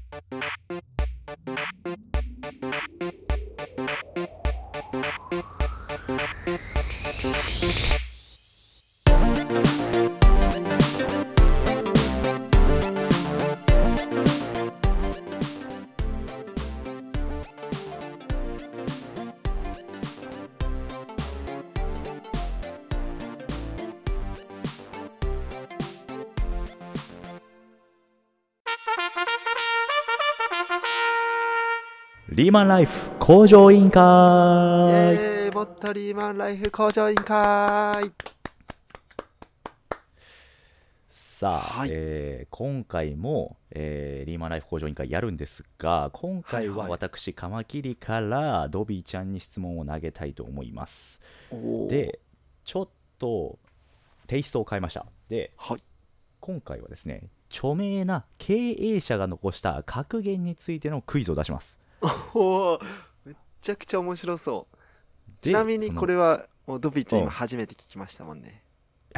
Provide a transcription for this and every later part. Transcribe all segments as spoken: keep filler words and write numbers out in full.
リーマンライフ向上委員イ会。 エーイ、もっとリーマンライフ向上委員会。 さあ、 はいえー今回も、えーリーマンライフ向上委員会やるんですが、今回ははいはい私カマキリからドビーちゃんに質問を投げたいと思います。 おー、 で、ちょっとテイストを変えました。で、 はい。 今回はですね、著名な経営者が残した格言についてのクイズを出します。 おー、めっちゃくちゃ面白そう。ちでなみにそのこれはもうドビーちゃんうん今初めて聞きましたもんね。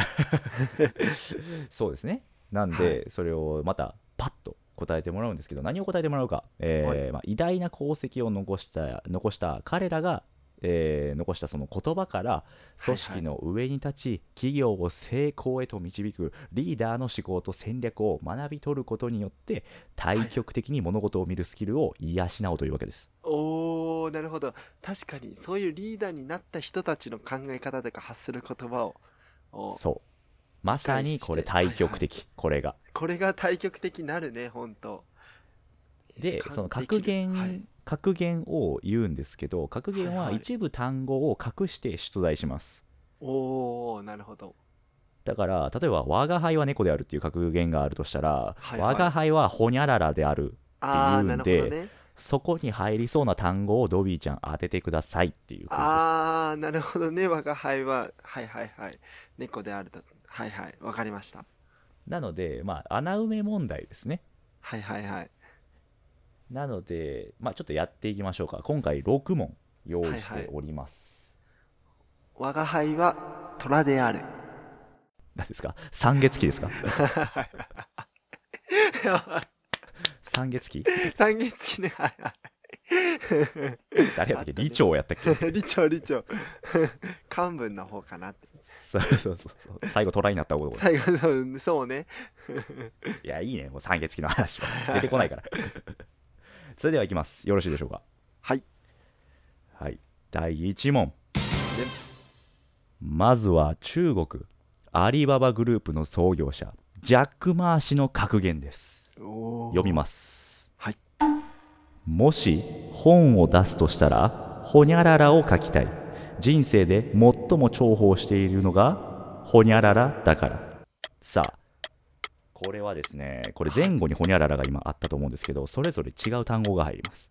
そうですね。なんで、それをまたパッと答えてもらうんですけど、何を答えてもらうか、えーまあ、偉大な功績を残した残した彼らが、えー残したその言葉から組織の上に立ち、企業を成功へと導くリーダーの思考と戦略を学び取ることによって対極的に物事を見るスキルを養おうというわけです。 おー、なるほど。確かにそういうリーダーになった人たちの考え方とか発する言葉を、おそうまさにこれ対極的、これがこれが対極的になるね、ほんと。 で、 えーそのできる格言、 はい格言を言うんですけど、格言ははいはい一部単語を隠して出題します。 おー、なるほど。 だから例えば我が輩は猫であるっていう格言があるとしたら、 はいはい我が輩はホニャララであるってあー、 いうなんで、 るほどね。 そこに入りそうな単語をドビーちゃん当ててくださいっていうクイズです。 あー、なるほどね。我が輩は、はいはいはい。猫であると。はいはい。わかりました。 なので、まあ、穴埋め問題ですね。 はいはいはい。 なので、まあ、ちょっとやっていきましょうか。今回ろく問用意しはいはいております。 我が輩は虎である。 何ですか、三月期ですか？三月期三月期ね。はいはい。 誰やったっけ、 あったね李長やったっけ？ 理長理長。漢文の方かなって。 そうそうそうそう、最後トライになった男。 最後の、そうね。 いや、いいね、もう三月期の話は出てこないからそれではいきます。よろしいでしょうか？ はい。 はい、だいいち問。まずは中国アリババグループの創業者ジャック・マー氏の格言です。 おー読みます。 はい。 もし本を出すとしたらホニャララを書きたい。人生で最も重宝しているのがホニャララだから。さあ、これはですね、これ前後にホニャララが今あったと思うんですけど、それぞれ違う単語が入ります。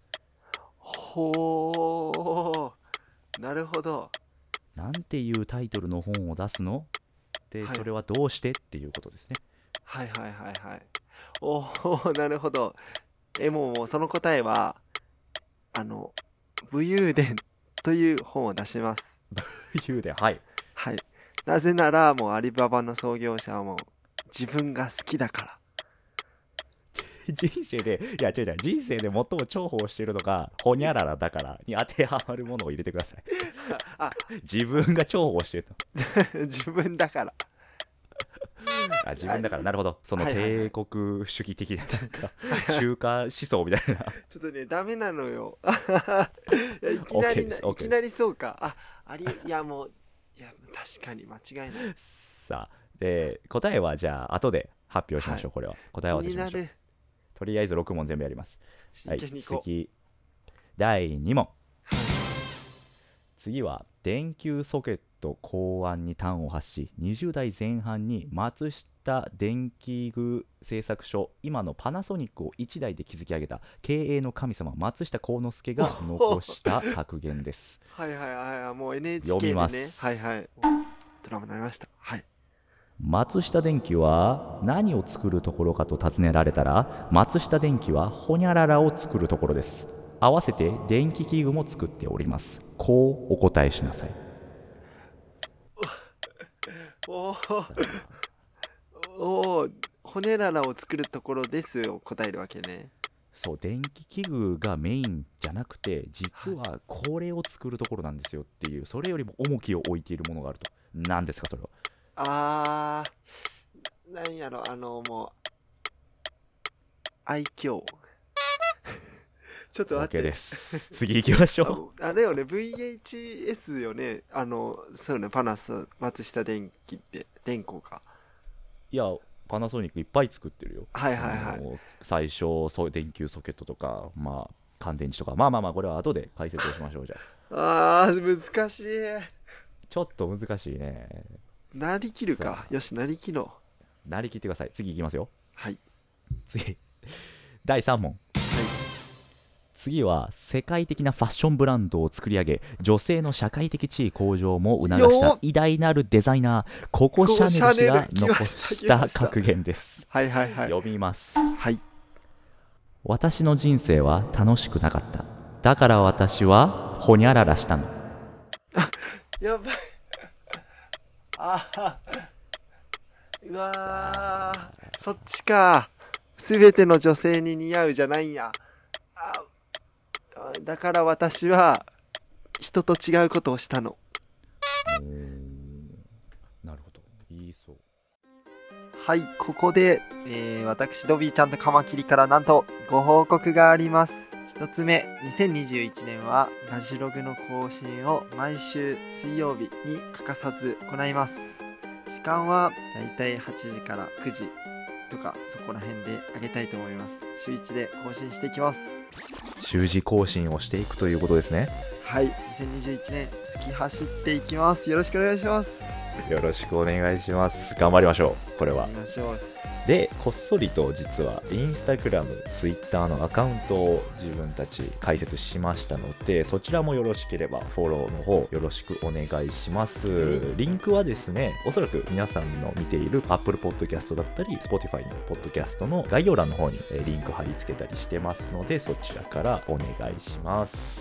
ほー。なるほど。 なんていうタイトルの本を出すので、 はいそれはどうしてっていうことですね。 はいはいはいはい。おー、なるほど。え、もうもうその答えは、あの、武勇伝という本を出します。 言うで、はい。 はい。なぜなら、もうアリババの創業者はもう自分が好きだから。 人生で、いや違う違う、人生で最も重宝しているのがホニャララだからに当てはまるものを入れてください。 あ、 自分が重宝してるの。 自分だから。 あ、自分だから、なるほど。そのはいはいはい帝国主義的な、なんか、中華思想みたいな。 ちょっとね、ダメなのよ。いやいきなり OK でな、 す OK いきなりそうか。あ、あり、いやもう、いや、確かに間違いない。 さあ、で、答えはじゃあ、後で発表しましょう、 はいこれは。答えは気にな渡しましょう。 る。 とりあえずろく問全部やります。はい、 真剣に行こう。 次、だいに問。 はい次は電球ソケット考案に端を発しにじゅう代前半に松下電器具製作所、今のパナソニックをいちだいで築き上げた経営の神様松下幸之助が残した格言です。 はいはいはいはい、もう エヌエイチケー読みまでね。 す。 はいはい。ドラマになりました。はい。 松下電器は何を作るところかと尋ねられたら、松下電器はホニャララを作るところです。合わせて電気器具も作っております。こうお答えしなさい。 おーおー、骨ララを作るところですを答えるわけね。 そう電気器具がメインじゃなくて、実はい。 はこれを作るところなんですよっていう、それよりも重きを置いているものがあると。何ですかそれは。 あー、なんやろ、あの、もう、愛嬌。ちょっと待っ OK でて。 す。次行きましょあ、あれよね、ブイエイチエス よね。あの、そうよね、パナソ、松下電器って、電工か。 う。いや、パナソニックいっぱい作ってるよ。 はいあはいはい。 の最初そう電球ソケットとか、まあ乾電池とか、まあまあまあ、これは後で解説をしましょう。じゃああー、難しい。 ちょっと難しいね。 なりきるさか。よし、なりきろう。 あなりきってください。次行きますよ。 はい。 次だいさん問。 はい。 次は世界的なファッションブランドを作り上げ、女性の社会的地位向上も促したよー、 偉大なるデザイナー、ココ・シャネル氏が来ま残した、来したました。 格言です。 はいはいはい。 読みます。 はい。 私の人生は楽しくなかった。だから私はほにゃららしたの。 やばい。あー、うわー、そっちか。すべての女性に似合うじゃないんや。あ、だから私は人と違うことをしたの。 なるほど、いいそう。 はい、ここで、えー私ドビーちゃんとカマキリからなんとご報告があります。一つ目、にせんにじゅういちねんはラジログの更新を毎週水曜日に欠かさず行います。時間はだいたいはちじからくじとかそこら辺であげたいと思います。週いちで更新していきます。 習字更新をしていくということですね。 はい、にせんにじゅういちねん突き走っていきます。よろしくお願いします。 よろしくお願いします。頑張りましょうこれは。 やりましょう。 でこっそりと実はインスタグラム、ツイッターのアカウントを自分たち開設しましたので、そちらもよろしければフォローの方よろしくお願いします。リンクはですね、おそらく皆さんの見ている Apple Podcast だったり Spotify の Podcast の概要欄の方にリンク貼り付けたりしてますので、そちらからお願いします。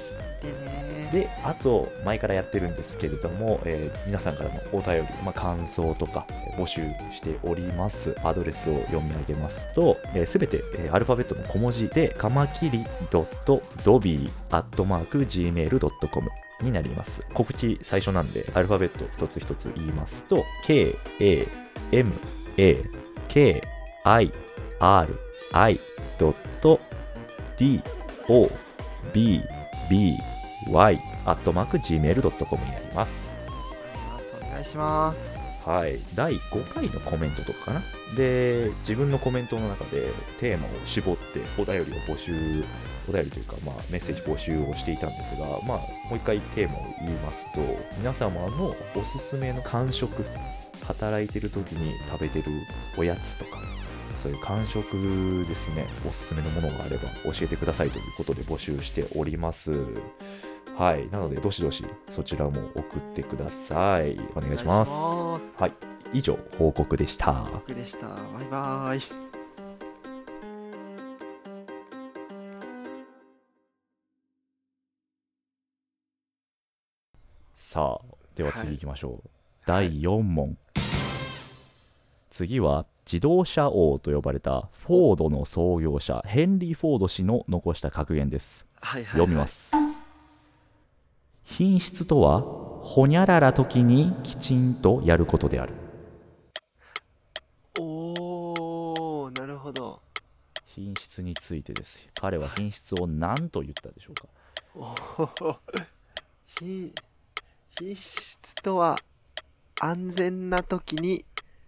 でねで、あと前からやってるんですけれども、えー皆さんからのお便り、まあ、感想とかえー募集しております。アドレスを読み上げますと、す、えー、べ、て、えーアルファベットの小文字でカマキリ .dobi アットマーク ジーメール ドットコム になります。告知最初なんでアルファベット一つ一つ言いますと ケーエーエムエーケーアイアールアイ ドット ディーオービービーワイ アットマーク ジーメール ドットコム になります。 お願いします。 はい、だいごかいのコメントとかかな。で、自分のコメントの中でテーマを絞ってお便りを募集、お便りというか、まあ、メッセージ募集をしていたんですが、まあ、もう一回テーマを言いますと、皆様のおすすめの間食、働いてる時に食べてるおやつとか、そういう間食ですね、おすすめのものがあれば教えてくださいということで募集しております。はい、なのでどしどしそちらも送ってください。お願いします。 お願いします。 はい、以上報告でした。 僕でした。バイバーイ。 さあ、では次はい行きましょう。 はいだいよん問。次は自動車王と呼ばれたフォードの創業者ヘンリー・フォード氏の残した格言です。 はいはいはい。 読みます。品質とはほにゃらら時にきちんとやることである。 おー、なるほど。 品質についてです。彼は品質を何と言ったでしょうか。 おー品品質とは安全な時に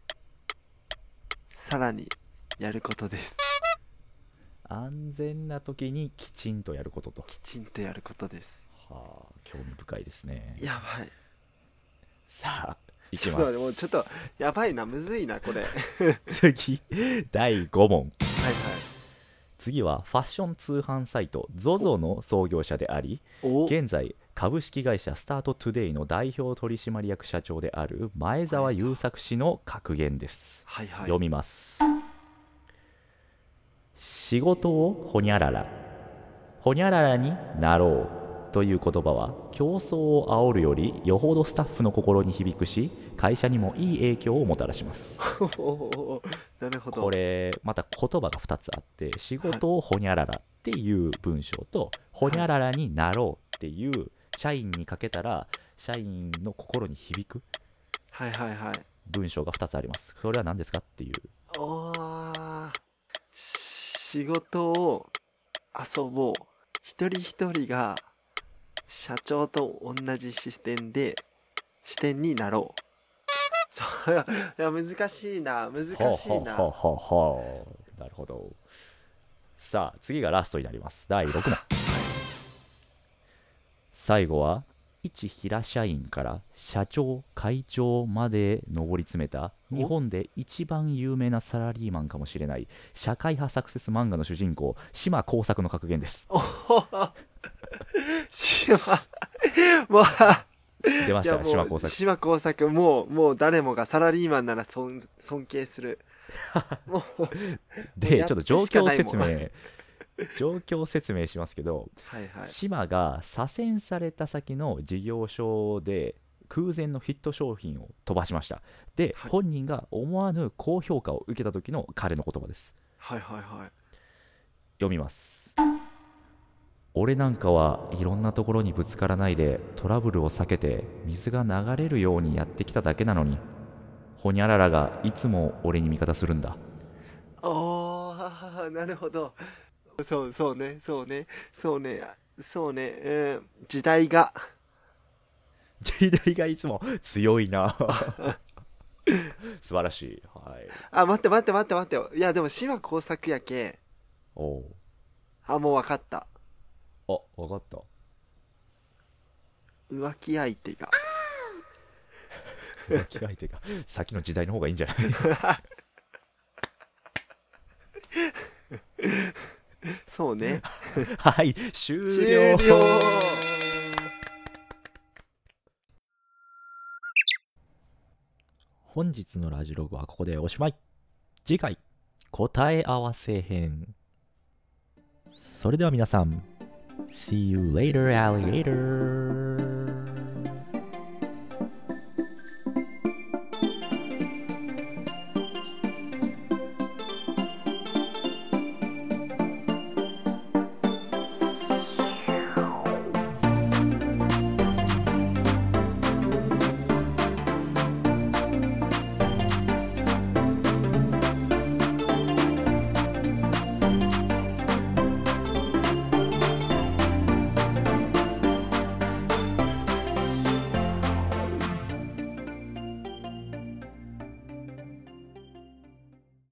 さらにやることです。 安全な時にきちんとやることと。 きちんとやることです。 はあ、興味深いですね。 やばい。 さあ、いきちょっとます。 待ってもうちょっとやばいな、むずいなこれ。はい次、だいご問。 はい。 次はファッション通販サイト ゾゾ の創業者であり、 お現在株式会社スタートトゥデイの代表取締役社長である前澤友作氏の格言です。 はいはい。 読みます。仕事をほにゃらら、ほにゃららになろうという言葉は競争を煽るよりよほどスタッフの心に響くし、会社にもいい影響をもたらします。 おーなるほど。 これまた言葉がふたつあって、仕事をほにゃららっっていう文章と、ほにゃららになろうっていう社員にかけたら社員の心に響くはいはいはい。 文章がふたつあります。それは何ですかっていう。 おー、仕事を遊ぼう。一人一人が社長と同じ視点で視点になろう。そういやいや難しいな難ほうしいな。 ほうほうほうほう。なるほど。さあ次がラストになります。だいろく問。最後は一平社員から社長会長まで上り詰めた日お本で一番有名なサラリーマンかもしれない社会派サクセス漫画の主人公島耕作の格言です。 おほほ島もう出ましたいやもう島耕作。 島耕作もうもう誰もがサラリーマンなら尊尊敬する。もうもうやってでちょっと状況しかないもん。 説明状況説明しますけど、 はいはい。 島が左遷された先の事業所で空前のヒット商品を飛ばしました。ではい本人が思わぬ高評価を受けた時の彼の言葉です。 はいはいはい。 読みます。俺なんかはいろんなところにぶつからないでトラブルを避けて水が流れるようにやってきただけなのに、ほにゃららがいつも俺に味方するんだ。 おー、なるほど。そうそうね、そうね、そうね、そうね、うん、時代が。 時代がいつも強いな素晴らしい。はい。 あ、待って待って待って待ってよ。いや、でも島耕作やけ。 おう。 あ、もう分かった。 あ、わかった。 浮気相手が。 浮気相手が先の時代の方がいいんじゃないそうね。 はい終終了。 了。 本日のラジログはここでおしまい。次回答え合わせ編。それでは皆さん See you later alligator